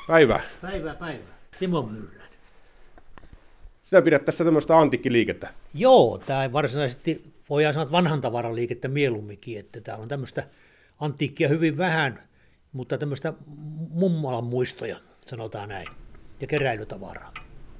Päivää. Päivää. Timo Myyryläinen. Sinä pidät tässä tämmöistä antiikkiliikettä. Joo, tämä varsinaisesti voidaan sanoa vanhan tavaran liikettä mieluumminkin, että täällä on tämmöistä antiikkia hyvin vähän, mutta tämmöistä mummolan muistoja, sanotaan näin, ja keräilytavaraa.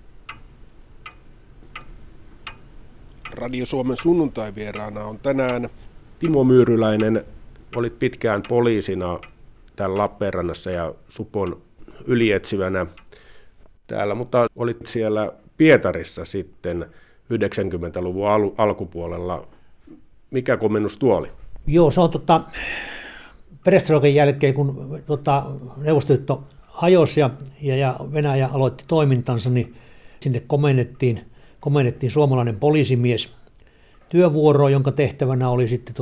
Radio Suomen sunnuntaivieraana on tänään Timo Myyryläinen. Olit pitkään poliisina täällä Lappeenrannassa ja Supon ylietsivänä täällä, mutta olit siellä Pietarissa sitten 90-luvun alkupuolella. Mikä komennus tuo oli? Joo, se on perestroikan jälkeen, kun Neuvostoliitto hajosi ja Venäjä aloitti toimintansa, niin sinne komennettiin suomalainen poliisimies työvuoroon, jonka tehtävänä oli sitten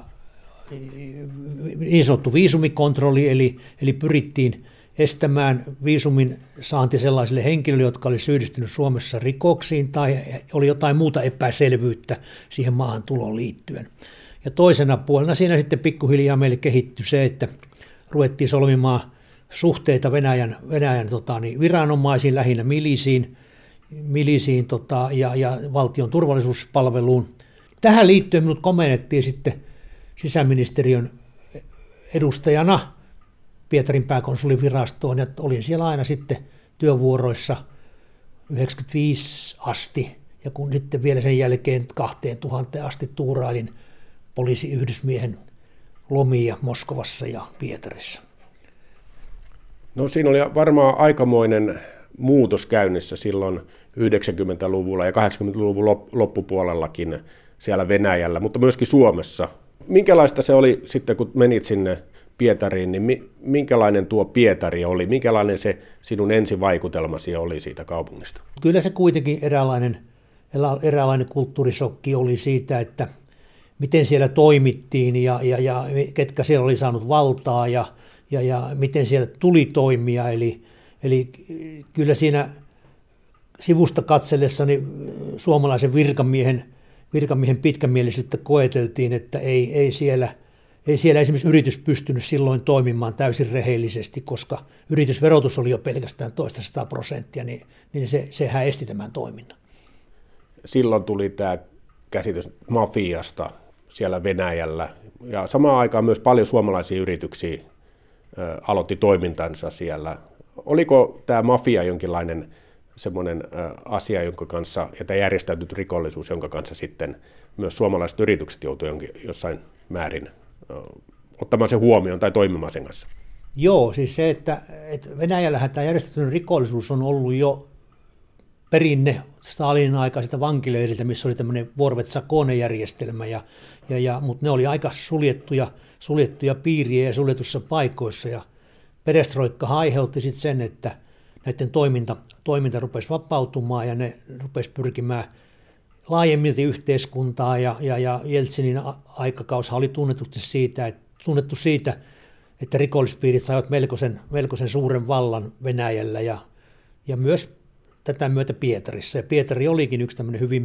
niin sanottu viisumikontrolli, eli pyrittiin estämään viisumin saanti sellaisille henkilöille, jotka oli syyllistynyt Suomessa rikoksiin tai oli jotain muuta epäselvyyttä siihen maahan tuloon liittyen. Ja toisena puolena siinä sitten pikkuhiljaa meille kehittyi se, että ruvettiin solmimaan suhteita Venäjän viranomaisiin, lähinnä milisiin ja valtion turvallisuuspalveluun. Tähän liittyen minut komennettiin sitten sisäministeriön edustajana Pietarin pääkonsulin virastoon, ja olin siellä aina sitten työvuoroissa 95 asti, ja kun sitten vielä sen jälkeen 2000 asti tuurailin poliisiyhdysmiehen lomia Moskovassa ja Pietarissa. No siinä oli varmaan aikamoinen muutos käynnissä silloin 90-luvulla ja 80-luvun loppupuolellakin siellä Venäjällä, mutta myöskin Suomessa. Minkälaista se oli sitten, kun menit sinne Pietariin, niin minkälainen tuo Pietari oli? Minkälainen se sinun ensivaikutelmasi oli siitä kaupungista? Kyllä se kuitenkin eräänlainen kulttuurisokki oli siitä, että miten siellä toimittiin ja ketkä siellä oli saanut valtaa ja miten siellä tuli toimia. Eli kyllä siinä sivusta katsellessani suomalaisen virkamiehen pitkämielisyyttä koeteltiin, että ei siellä esimerkiksi yritys pystynyt silloin toimimaan täysin rehellisesti, koska yritysverotus oli jo pelkästään 200%, niin sehän esti tämän toiminnan. Silloin tuli tämä käsitys mafiasta siellä Venäjällä, ja samaan aikaan myös paljon suomalaisia yrityksiä aloitti toimintansa siellä. Oliko tämä mafia jonkinlainen semmoinen asia, jonka kanssa, ja tämä järjestäytynyt rikollisuus, jonka kanssa sitten myös suomalaiset yritykset joutuivat jossain määrin ottamaan sen huomioon tai toimimaan sen kanssa? Joo, siis se, että Venäjällähän tämä järjestäytynyt rikollisuus on ollut jo perinne Stalinin aikaisilta vankileiriltä, missä oli tämmöinen Vorvet-Sakone-järjestelmä, mutta ne oli aika suljettuja piiriä ja suljetussa paikoissa, ja perestroikka aiheutti sitten sen, että näiden toiminta rupesi vapautumaan ja ne rupesi pyrkimään laajemmilti yhteiskuntaa, ja Jeltsinin aikakausi oli tunnettu siitä, että rikollispiirit saivat melkoisen suuren vallan Venäjällä ja myös tätä myötä Pietarissa. Ja Pietari olikin yksi tämmöinen hyvin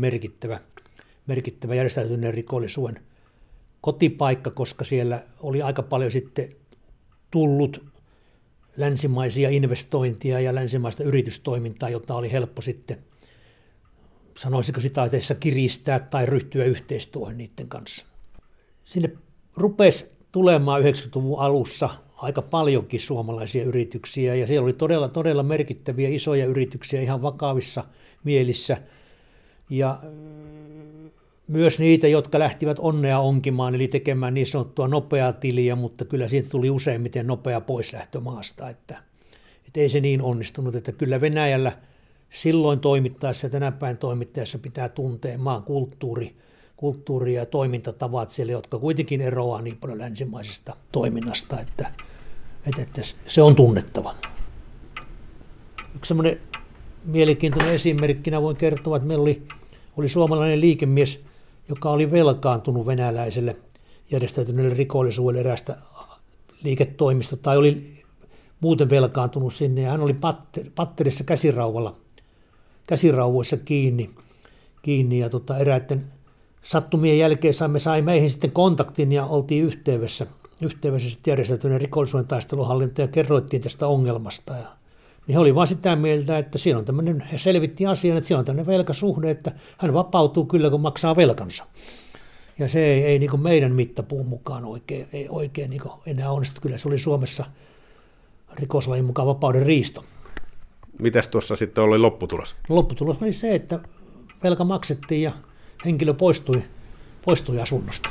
merkittävä järjestäytyneen rikollisuuden kotipaikka, koska siellä oli aika paljon sitten tullut länsimaisia investointia ja länsimaista yritystoimintaa, jota oli helppo sitten, sanoisiko sitaateissa, kiristää tai ryhtyä yhteistyöhön niiden kanssa. Sinne rupesi tulemaan 90-luvun alussa aika paljonkin suomalaisia yrityksiä, ja siellä oli todella merkittäviä isoja yrityksiä ihan vakavissa mielissä, ja myös niitä, jotka lähtivät onnea onkimaan, eli tekemään niin sanottua nopeaa tiliä, mutta kyllä siitä tuli useimmiten nopea poislähtö maasta, että ei se niin onnistunut, että kyllä Venäjällä silloin toimittaessa ja tänä päin toimittaessa pitää tuntea maan kulttuuri ja toimintatavat siellä, jotka kuitenkin eroaa niin paljon länsimaisesta toiminnasta, että se on tunnettava. Yksi semmoinen mielenkiintoinen esimerkkinä voin kertoa, että meillä oli suomalainen liikemies, joka oli velkaantunut venäläiselle järjestäytyneelle rikollisuudelle eräästä liiketoimista, tai oli muuten velkaantunut sinne, ja hän oli patterissa käsirauvoissa kiinni ja eräiden sattumien jälkeen sai meihin sitten kontaktin ja oltiin yhteydessä sitten järjestäytyneen rikollisuuden taisteluhallinto ja kerroittiin tästä ongelmasta. Ja Niin he oli vaan sitä mieltä, että siinä on tämmöinen, he selvitti asian, että siinä on tämmöinen velkasuhde, että hän vapautuu kyllä, kun maksaa velkansa. Ja se ei niin kuin meidän mittapuun mukaan oikein niin kuin enää onnistu. Kyllä se oli Suomessa rikoslain mukaan vapauden riisto. Mitäs tuossa sitten oli lopputulos? Lopputulos oli se, että velka maksettiin ja henkilö poistui asunnosta.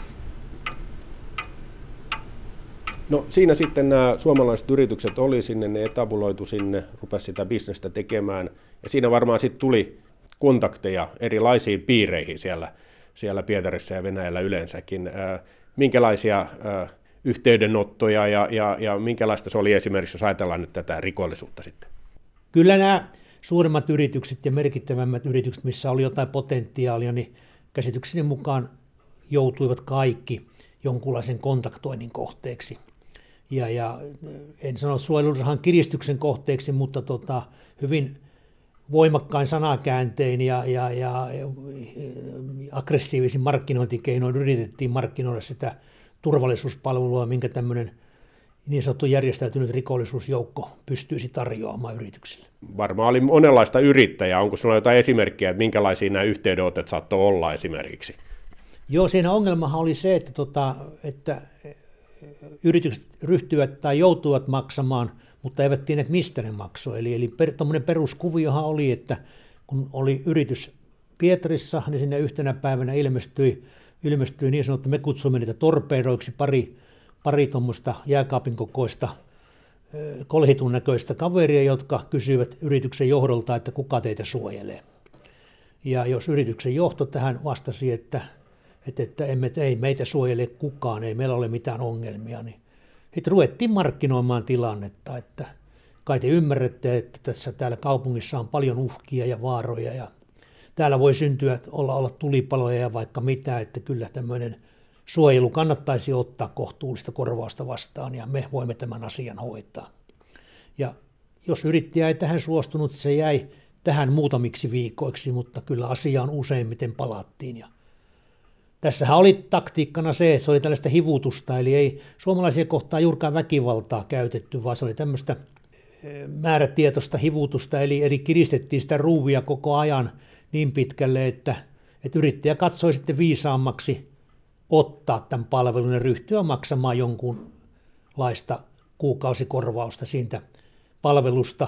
No siinä sitten nämä suomalaiset yritykset oli sinne, ne etabuloitu sinne, rupesi sitä bisnestä tekemään. Ja siinä varmaan sitten tuli kontakteja erilaisiin piireihin siellä Pietarissa ja Venäjällä yleensäkin. Minkälaisia yhteydenottoja ja minkälaista se oli esimerkiksi, jos ajatellaan nyt tätä rikollisuutta sitten? Kyllä nämä suuremmat yritykset ja merkittävämmät yritykset, missä oli jotain potentiaalia, niin käsitykseni mukaan joutuivat kaikki jonkunlaisen kontaktoinnin kohteeksi. Ja en sano suojelurahan kiristyksen kohteeksi, mutta hyvin voimakkain sanakääntein ja aggressiivisin markkinointikeinoin yritettiin markkinoida sitä turvallisuuspalvelua, minkä tämmöinen niin sanottu järjestäytynyt rikollisuusjoukko pystyisi tarjoamaan yrityksille. Varmaan oli monenlaista yrittäjää. Onko sinulla jotain esimerkkejä, että minkälaisia nämä yhteydenotot saattoi olla esimerkiksi? Joo, siinä ongelmahan oli se, että yritykset ryhtyivät tai joutuivat maksamaan, mutta eivät tienneet, mistä ne maksoi. Eli tuommoinen peruskuviohan oli, että kun oli yritys Pietarissa, niin sinne yhtenä päivänä ilmestyi niin sanottu, me kutsuimme niitä torpedoiksi, pari tuommoista jääkaapin kokoista kolhitun näköistä kaveria, jotka kysyivät yrityksen johdolta, että kuka teitä suojelee. Ja jos yrityksen johto tähän vastasi, että ei meitä suojele kukaan, ei meillä ole mitään ongelmia, niin sitten ruvettiin markkinoimaan tilannetta, että kai te ymmärrätte, että täällä kaupungissa on paljon uhkia ja vaaroja ja täällä voi syntyä, olla tulipaloja ja vaikka mitä, että kyllä tämmöinen suojelu kannattaisi ottaa kohtuullista korvausta vastaan ja me voimme tämän asian hoitaa. Ja jos yrittäjä ei tähän suostunut, se jäi tähän muutamiksi viikoiksi, mutta kyllä asiaan useimmiten palattiin. Ja tässähän oli taktiikkana se, että se oli tällaista hivutusta, eli ei suomalaisia kohtaan juurikaan väkivaltaa käytetty, vaan se oli tämmöistä määrätietoista hivutusta, eli kiristettiin sitä ruuvia koko ajan niin pitkälle, että yrittäjä katsoi sitten viisaammaksi ottaa tämän palvelun ja ryhtyä maksamaan jonkunlaista kuukausikorvausta siitä palvelusta,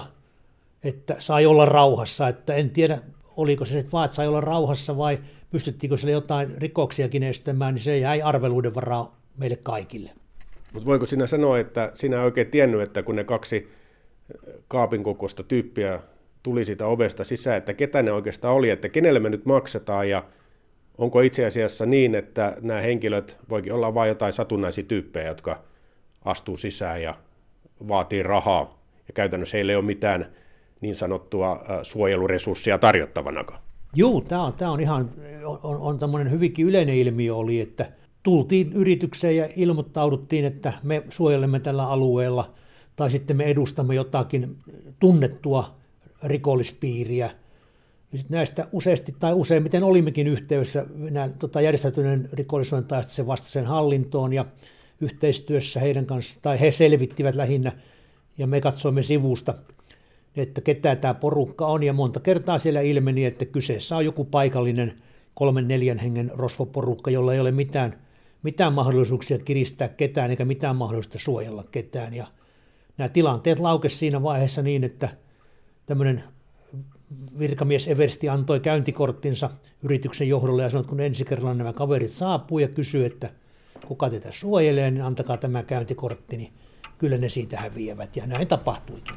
että sai olla rauhassa. Että en tiedä, oliko se vaan, että sai olla rauhassa vai pystyttiinkö sille jotain rikoksiakin estämään, niin se jäi arveluiden varaan meille kaikille. Mutta voiko sinä sanoa, että sinä ei oikein tiennyt, että kun ne kaksi kaapin kokoista tyyppiä tuli siitä ovesta sisään, että ketä ne oikeastaan oli, että kenelle me nyt maksetaan ja onko itse asiassa niin, että nämä henkilöt voikin olla vain jotain satunnaisia tyyppejä, jotka astuu sisään ja vaatii rahaa ja käytännössä heillä ei ole mitään niin sanottua suojeluresurssia tarjottavanakaan? Joo, tämä on ihan on tämmöinen hyvinkin yleinen ilmiö oli, että tultiin yritykseen ja ilmoittauduttiin, että me suojelemme tällä alueella tai sitten me edustamme jotakin tunnettua rikollispiiriä. Ja sitten näistä useasti tai useimmiten olimmekin yhteydessä järjestäytyneen rikollisuuden tai sen vastaisen hallintoon ja yhteistyössä heidän kanssa, tai he selvittivät lähinnä ja me katsoimme sivusta, että ketä tämä porukka on, ja monta kertaa siellä ilmeni, että kyseessä on joku paikallinen 3-4 hengen rosvoporukka, jolla ei ole mitään mahdollisuuksia kiristää ketään eikä mitään mahdollisuutta suojella ketään. Ja nämä tilanteet laukesivat siinä vaiheessa niin, että tämmöinen virkamies Eversti antoi käyntikorttinsa yrityksen johdolle ja sanoi, että kun ensi kerralla nämä kaverit saapuu ja kysyy, että kuka tätä suojelee, niin antakaa tämä käyntikortti, niin kyllä ne siitä häviävät, ja näin tapahtuikin.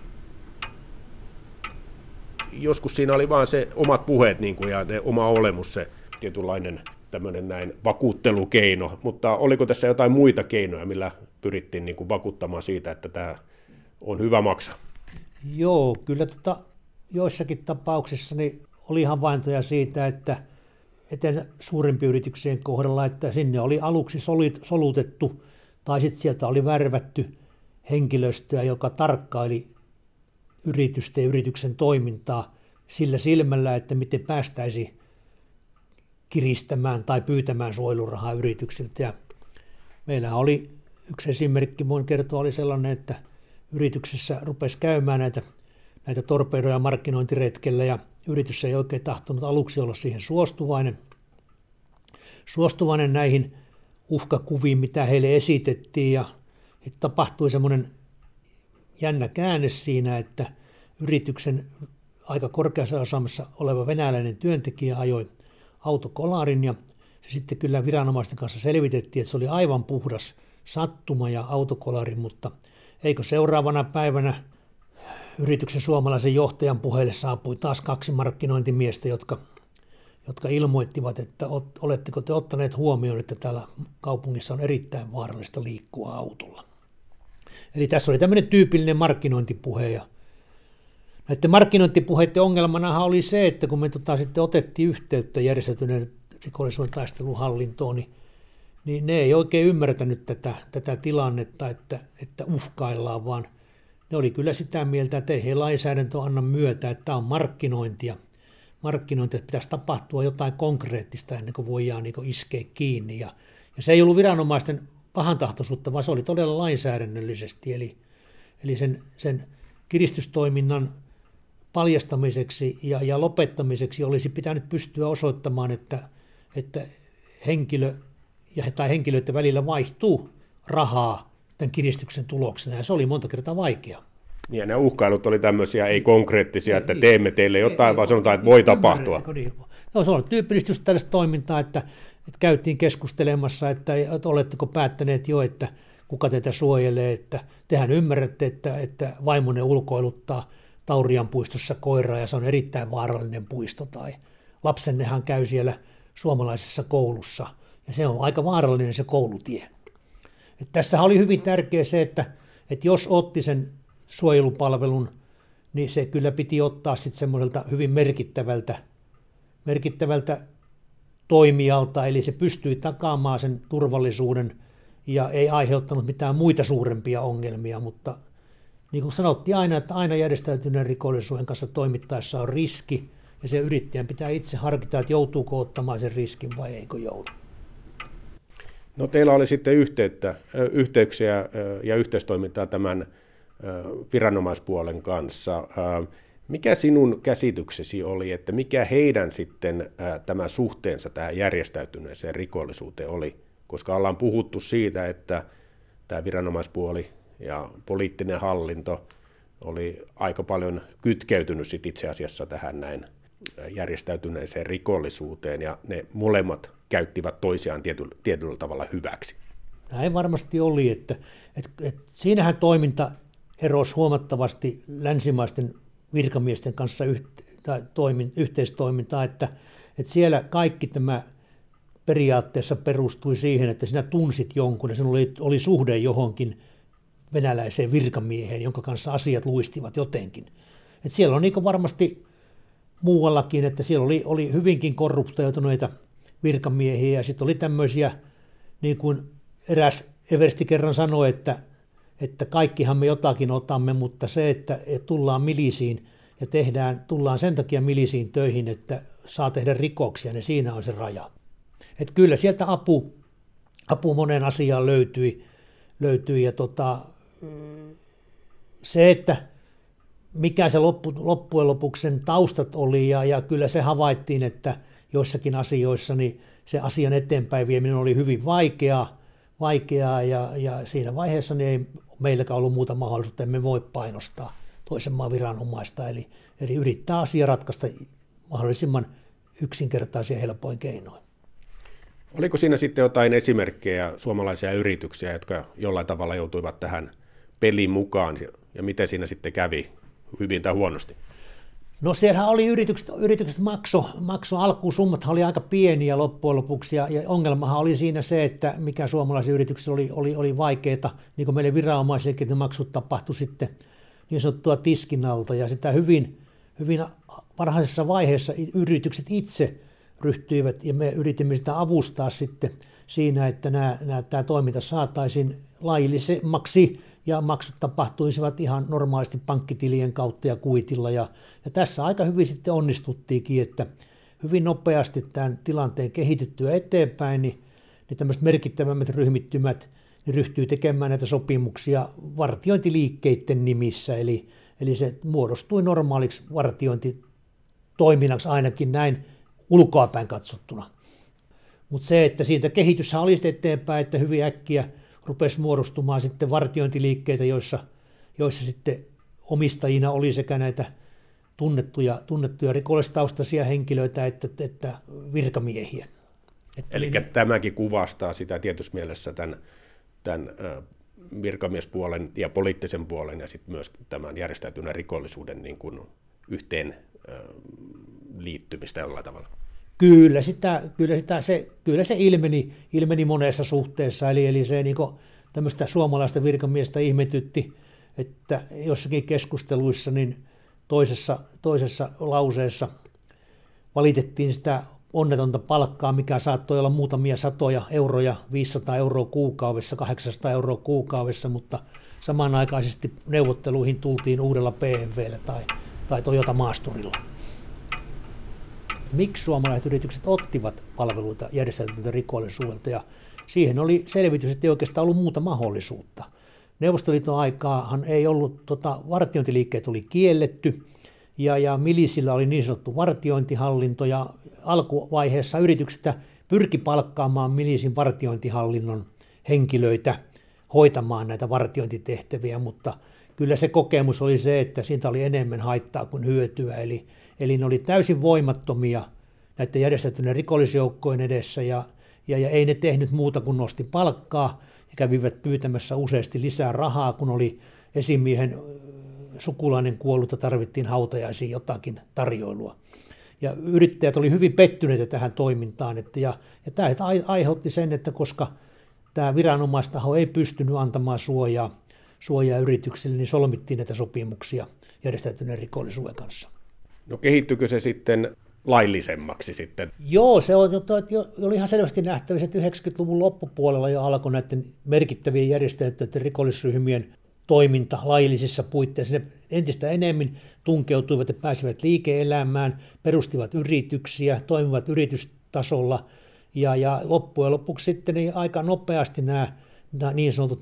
Joskus siinä oli vain se omat puheet niin kuin, ja ne oma olemus, se tietynlainen tämmöinen näin vakuuttelukeino, mutta oliko tässä jotain muita keinoja, millä pyrittiin niin kuin vakuuttamaan siitä, että tämä on hyvä maksaa? Joo, kyllä joissakin tapauksissa niin oli havaintoja siitä, että suurimpien yrityksien kohdalla, että sinne oli aluksi solutettu tai sitten sieltä oli värvätty henkilöstöä, joka tarkkaili yritysten ja yrityksen toimintaa sillä silmällä, että miten päästäisiin kiristämään tai pyytämään suojelurahaa yrityksiltä. Ja meillä oli yksi esimerkki, voin kertoa, oli sellainen, että yrityksessä rupesi käymään näitä näitä torpedoja markkinointiretkellä ja yritys ei oikein tahtonut aluksi olla siihen suostuvainen näihin uhkakuviin, mitä heille esitettiin ja tapahtui semmoinen jännä käänne siinä, että yrityksen aika korkeassa osaamassa oleva venäläinen työntekijä ajoi autokolarin ja se sitten kyllä viranomaisten kanssa selvitettiin, että se oli aivan puhdas sattuma ja autokolari, mutta eikö seuraavana päivänä yrityksen suomalaisen johtajan puheille saapui taas 2 markkinointimiestä, jotka ilmoittivat, että oletteko te ottaneet huomioon, että täällä kaupungissa on erittäin vaarallista liikkua autolla. Eli tässä oli tämmöinen tyypillinen markkinointipuhe. Ja näiden markkinointipuheiden ongelmanahan oli se, että kun me sitten otettiin yhteyttä järjestäytyneen rikollisuuden taisteluhallintoon, niin ne ei oikein ymmärtänyt tätä tilannetta, että uhkaillaan, vaan ne oli kyllä sitä mieltä, että ei he lainsäädäntö anna myötä, että tämä on markkinointia. Markkinointia pitäisi tapahtua jotain konkreettista ennen kuin voidaan niin kuin iskeä kiinni. Ja se ei ollut viranomaisten pahantahtoisuutta, vaan se oli todella lainsäädännöllisesti. Eli sen kiristystoiminnan paljastamiseksi ja lopettamiseksi olisi pitänyt pystyä osoittamaan, että henkilö tai henkilöiden välillä vaihtuu rahaa tämän kiristyksen tuloksena, ja se oli monta kertaa vaikeaa. Ja nämä uhkailut oli tämmöisiä ei konkreettisia, että teemme teille jotain, vaan sanotaan, että voi tapahtua. No, se on tyypillisesti just tällaista toimintaa, että käytiin keskustelemassa, että oletteko päättäneet jo, että kuka teitä suojelee, että tehän ymmärrätte, että vaimonne ulkoiluttaa Taurian puistossa koiraa ja se on erittäin vaarallinen puisto, tai lapsennehan käy siellä suomalaisessa koulussa ja se on aika vaarallinen se koulutie. Tässä oli hyvin tärkeä se, että jos otti sen suojelupalvelun, niin se kyllä piti ottaa sitten semmoiselta hyvin merkittävältä toimijalta, eli se pystyi takaamaan sen turvallisuuden ja ei aiheuttanut mitään muita suurempia ongelmia, mutta niin kuin sanottiin aina, että aina järjestäytyneen rikollisuuden kanssa toimittaessa on riski, ja se yrittäjän pitää itse harkita, että joutuuko ottamaan sen riskin vai eikö joudu. No teillä oli sitten yhteyksiä ja yhteistoimintaa tämän viranomaispuolen kanssa. Mikä sinun käsityksesi oli, että mikä heidän sitten tämä suhteensa tähän järjestäytyneeseen rikollisuuteen oli? Koska ollaan puhuttu siitä, että tämä viranomaispuoli ja poliittinen hallinto oli aika paljon kytkeytynyt sit itse asiassa tähän näin järjestäytyneeseen rikollisuuteen, ja ne molemmat käyttivät toisiaan tietyllä tavalla hyväksi. Näin varmasti oli, että siinähän toiminta erosi huomattavasti länsimaisten virkamiesten kanssa yhteistoimintaa, että siellä kaikki tämä periaatteessa perustui siihen, että sinä tunsit jonkun ja sinulla oli suhde johonkin venäläiseen virkamieheen, jonka kanssa asiat luistivat jotenkin. Et siellä on niin varmasti muuallakin, että siellä oli hyvinkin korruptoituneita virkamiehiä ja sitten oli tämmöisiä, niin kuin eräs eversti kerran sanoi, että kaikkihan me jotakin otamme, mutta se, että tullaan milisiin ja tullaan sen takia milisiin töihin, että saa tehdä rikoksia, niin siinä on se raja. Että kyllä sieltä apu moneen asiaan löytyi ja se, että mikä se loppujen lopuksi sen taustat oli ja kyllä se havaittiin, että joissakin asioissa niin se asian eteenpäin vieminen oli hyvin vaikeaa ja siinä vaiheessa niin ei meilläkään ollut muuta mahdollisuutta, emme voi painostaa toisen maan viranomaista, eli yrittää asia ratkaista mahdollisimman yksinkertaisia ja helpoin keinoin. Oliko siinä sitten jotain esimerkkejä suomalaisia yrityksiä, jotka jollain tavalla joutuivat tähän peliin mukaan, ja miten siinä sitten kävi, hyvin tai huonosti? No siellähän oli yritykset makso alkusummat oli aika pieniä loppujen lopuksi, ja ongelmahan oli siinä se, että mikä suomalaisilla yrityksillä oli vaikeaa, niin kuin meille viranomaisillekin ne maksut tapahtui sitten niin sanottua tiskin alta, ja sitä hyvin varhaisessa vaiheessa yritykset itse ryhtyivät, ja me yritimme sitä avustaa sitten siinä, että tämä toiminta saataisiin laillisemmaksi, ja maksut tapahtuisivat ihan normaalisti pankkitilien kautta ja kuitilla, ja tässä aika hyvin sitten onnistuttiinkin, että hyvin nopeasti tämän tilanteen kehityttyä eteenpäin, niin tämmöiset merkittävämmät ryhmittymät niin ryhtyy tekemään näitä sopimuksia vartiointiliikkeiden nimissä, eli Eli se muodostui normaaliksi vartiointitoiminnaksi ainakin näin ulkoapäin katsottuna. Mutta se, että siitä kehityshän oli sitten eteenpäin, että hyvin äkkiä rupesi muodostumaan sitten vartiointiliikkeitä, joissa sitten omistajina oli sekä näitä tunnettuja rikollistaustaisia henkilöitä että virkamiehiä. Eli tämäkin kuvastaa sitä tietyssä mielessä tämän virkamiespuolen ja poliittisen puolen ja sitten myös tämän järjestäytyneen rikollisuuden niin kuin yhteen liittymistä jollain tavalla. Kyllä se ilmeni monessa suhteessa, eli se niin tämmöistä suomalaista virkamiestä ihmetytti, että jossakin keskusteluissa niin toisessa lauseessa valitettiin sitä onnetonta palkkaa, mikä saattoi olla muutamia satoja euroja, 500 euroa kuukaudessa, 800 euroa kuukaudessa, mutta samanaikaisesti neuvotteluihin tultiin uudella BMWllä tai Toyota Maasturilla. Miksi suomalaiset yritykset ottivat palveluita järjestäytyneenä rikollisuudelta, ja siihen oli selvitys, että ei oikeastaan ollut muuta mahdollisuutta. Neuvostoliiton aikaahan ei ollut, vartiointiliikkeet oli kielletty, ja milisillä oli niin sanottu vartiointihallinto, ja alkuvaiheessa yrityksestä pyrki palkkaamaan milisin vartiointihallinnon henkilöitä hoitamaan näitä vartiointitehtäviä, mutta kyllä se kokemus oli se, että siitä oli enemmän haittaa kuin hyötyä, eli ne oli täysin voimattomia näiden järjestäytyneen rikollisjoukkojen edessä, ja ei ne tehnyt muuta kuin nosti palkkaa, ja kävivät pyytämässä useasti lisää rahaa, kun oli esimiehen sukulainen kuollut ja tarvittiin hautajaisiin jotakin tarjoilua. Ja yrittäjät oli hyvin pettyneitä tähän toimintaan, ja tämä aiheutti sen, että koska tämä viranomaistaho ei pystynyt antamaan suojaa yrityksille, niin solmittiin näitä sopimuksia järjestäytyneen rikollisuuden kanssa. No kehittyykö se sitten laillisemmaksi sitten? Joo, se oli ihan selvästi nähtävissä, että 90-luvun loppupuolella jo alkoi näiden merkittävien järjestäytyneiden rikollisryhmien toiminta laillisissa puitteissa. Ne entistä enemmän tunkeutuivat ja pääsivät liike-elämään, perustivat yrityksiä, toimivat yritystasolla, ja loppujen lopuksi sitten niin aika nopeasti nämä niin sanotut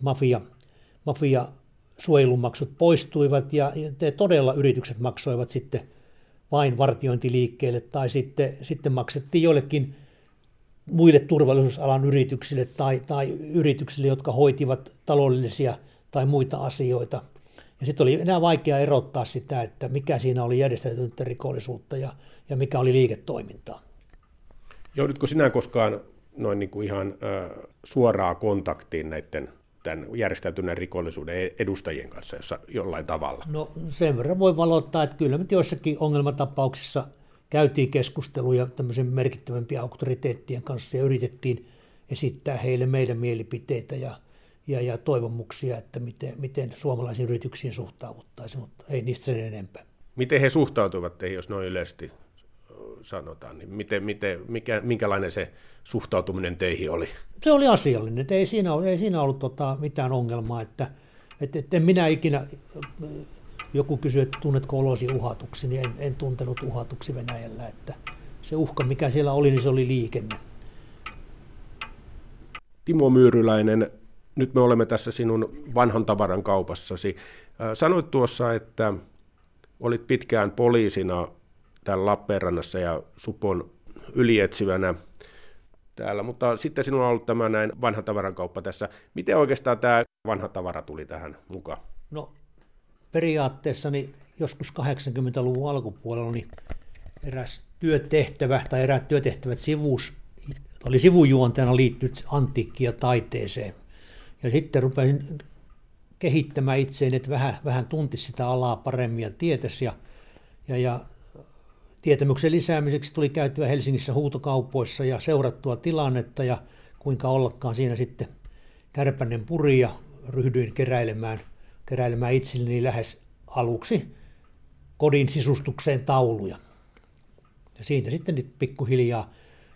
mafia-suojelumaksut poistuivat, ja todella yritykset maksoivat sitten vain vartiointiliikkeelle, tai sitten maksettiin joillekin muille turvallisuusalan yrityksille tai yrityksille, jotka hoitivat taloudellisia tai muita asioita. Ja sitten oli enää vaikea erottaa sitä, että mikä siinä oli järjestäytynyttä rikollisuutta ja mikä oli liiketoimintaa. Joudutko sinä koskaan noin niin kuin ihan suoraa kontaktiin tämän järjestäytyneen rikollisuuden edustajien kanssa jollain tavalla? No sen verran voi valottaa, että kyllä me joissakin ongelmatapauksissa käytiin keskusteluja tämmöisen merkittävämpien auktoriteettien kanssa ja yritettiin esittää heille meidän mielipiteitä ja toivomuksia, että miten suomalaisiin yrityksiin suhtauduttaisiin, mutta ei niistä sen enempää. Miten he suhtautuivat teihin, jos noin yleisesti sanotaan, niin minkälainen se suhtautuminen teihin oli? Se oli asiallinen, että ei siinä ollut mitään ongelmaa, että en minä ikinä, joku kysyi, että tunnetko olosi uhatuksi, niin en tuntenut uhatuksi Venäjällä, että se uhka, mikä siellä oli, niin se oli liikenne. Timo Myyryläinen, nyt me olemme tässä sinun vanhan tavaran kaupassasi. Sanoit tuossa, että olit pitkään poliisina täällä Lappeenrannassa ja Supon ylietsivänä täällä, mutta sitten sinulla on ollut tämä näin vanha tavarankauppa tässä. Miten oikeastaan tämä vanha tavara tuli tähän mukaan? No periaatteessa niin joskus 80-luvun alkupuolella niin eräät työtehtävät oli sivujuonteena liittynyt antiikkiin ja taiteeseen. Ja sitten rupesin kehittämään itseäni, että vähän tuntisi sitä alaa paremmin ja tietäisi. Ja tietämyksen lisäämiseksi tuli käytyä Helsingissä huutokaupoissa ja seurattua tilannetta ja kuinka ollakaan siinä sitten kärpänen puri ja ryhdyin keräilemään itselleni lähes aluksi kodin sisustukseen tauluja. Ja siitä sitten nyt pikkuhiljaa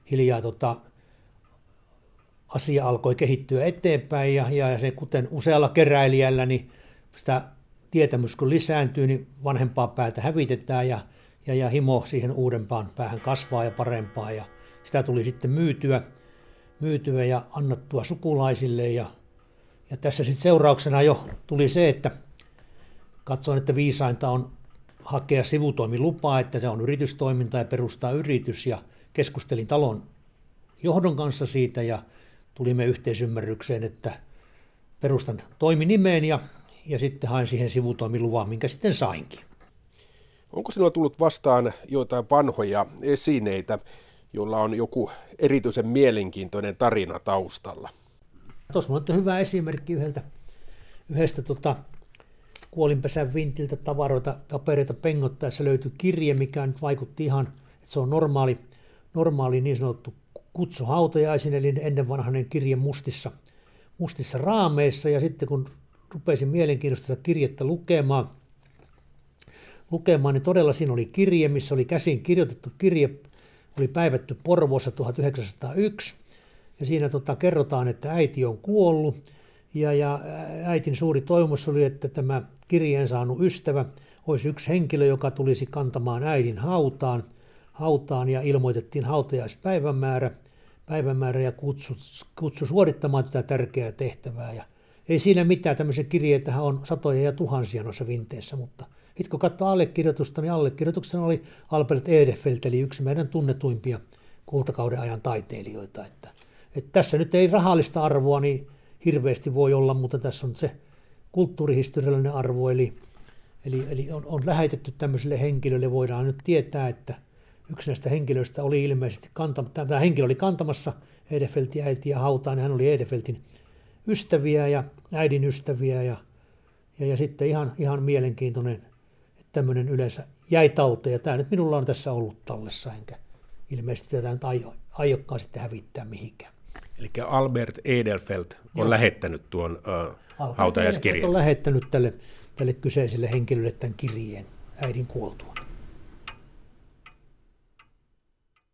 asia alkoi kehittyä eteenpäin ja se kuten usealla keräilijällä, niin sitä tietämys kun lisääntyy, niin vanhempaa päätä hävitetään ja himo siihen uudempaan päähän kasvaa ja parempaa ja sitä tuli sitten myytyä ja annettua sukulaisille ja tässä sitten seurauksena jo tuli se, että katsoin, että viisainta on hakea sivutoimilupaa, että se on yritystoiminta ja perustaa yritys, ja keskustelin talon johdon kanssa siitä ja tulimme yhteisymmärrykseen, että perustan toiminimeen ja sitten hain siihen sivutoimiluvan, minkä sitten sainkin. Onko sinulla tullut vastaan joitain vanhoja esineitä, joilla on joku erityisen mielenkiintoinen tarina taustalla? Tuossa on hyvä esimerkki yhdestä kuolinpesän vintiltä tavaroita, papereita pengottaessa löytyi kirje, mikä nyt vaikutti ihan, että se on normaali niin sanottu kutsu hautajaisiin, eli ennenvanhainen kirje mustissa raameissa, ja sitten kun rupesin mielenkiintoista sitä kirjettä lukemaan, niin todella siinä oli kirje, missä oli käsin kirjoitettu kirje, oli päivätty Porvoossa 1901, ja siinä kerrotaan, että äiti on kuollut, ja äitin suuri toivomus oli, että tämä kirjeen saanut ystävä olisi yksi henkilö, joka tulisi kantamaan äidin hautaan, ja ilmoitettiin hautajaispäivämäärä ja kutsu suorittamaan tätä tärkeää tehtävää. Ja ei siinä mitään, tämmöisiä kirjeitähän on satoja ja tuhansia noissa vinteissä, mutta sitten kun katsoo allekirjoitusta, niin allekirjoituksena oli Albert Edelfelt, eli yksi meidän tunnetuimpia kultakauden ajan taiteilijoita. Että tässä nyt ei rahallista arvoa niin hirveästi voi olla, mutta tässä on se kulttuurihistoriallinen arvo, eli on lähetetty tämmöiselle henkilölle, voidaan nyt tietää, että yksi näistä henkilöistä oli ilmeisesti tämä henkilö oli kantamassa Edelfeltin äitiä hautaan, niin hän oli Edelfeltin ystäviä ja äidin ystäviä, ja sitten ihan mielenkiintoinen, että tämmöinen yleensä jäi talteen, ja tämä nyt minulla on tässä ollut tallessa, enkä ilmeisesti tätä nyt aiokkaan sitten hävittää mihinkään. Eli Albert Edelfelt on lähettänyt tuon hautajaiskirjeen. On lähettänyt tälle kyseiselle henkilölle tämän kirjeen äidin kuoltua.